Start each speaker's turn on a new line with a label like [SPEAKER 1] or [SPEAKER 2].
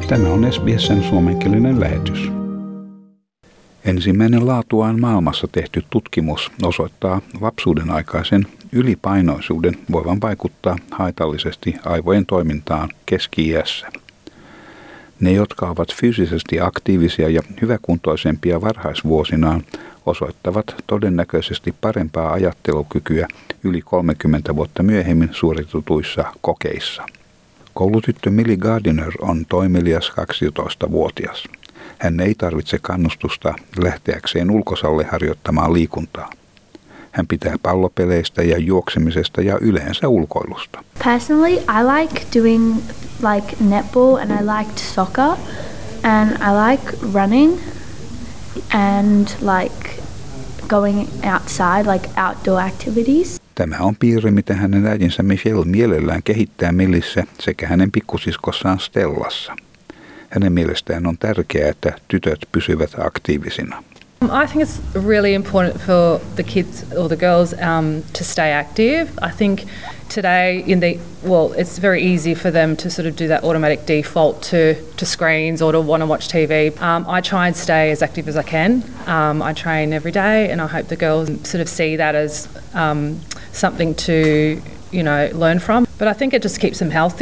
[SPEAKER 1] Tämä on SBS:n suomenkielinen lähetys. Ensimmäinen laatuaan maailmassa tehty tutkimus osoittaa lapsuuden aikaisen ylipainoisuuden voivan vaikuttaa haitallisesti aivojen toimintaan keski-iässä. Ne, jotka ovat fyysisesti aktiivisia ja hyväkuntoisempia varhaisvuosinaan, osoittavat todennäköisesti parempaa ajattelukykyä yli 30 vuotta myöhemmin suoritetuissa kokeissa. Koulutyttö Millie Gardiner on toimelias 12-vuotias. Hän ei tarvitse kannustusta lähteäkseen ulkosalle harjoittamaan liikuntaa. Hän pitää pallopeleistä ja juoksemisesta ja yleensä ulkoilusta.
[SPEAKER 2] Personally, I like doing netball and I liked soccer and I like running and going outside, outdoor activities.
[SPEAKER 1] Tämä on piirre, mitä hänen äidinsä Michelle mielellään kehittää Millissä sekä hänen pikkusiskossaan Stellassa. Hänen mielestään on tärkeää, että tytöt pysyvät aktiivisina.
[SPEAKER 3] I think it's really important for the kids or the girls to stay active. I think today it's very easy for them to sort of do that automatic default to screens or to want to watch TV. I try and stay as active as I can. I train every day and I hope the girls sort of see that as something to learn from. But I think it just keeps them healthy.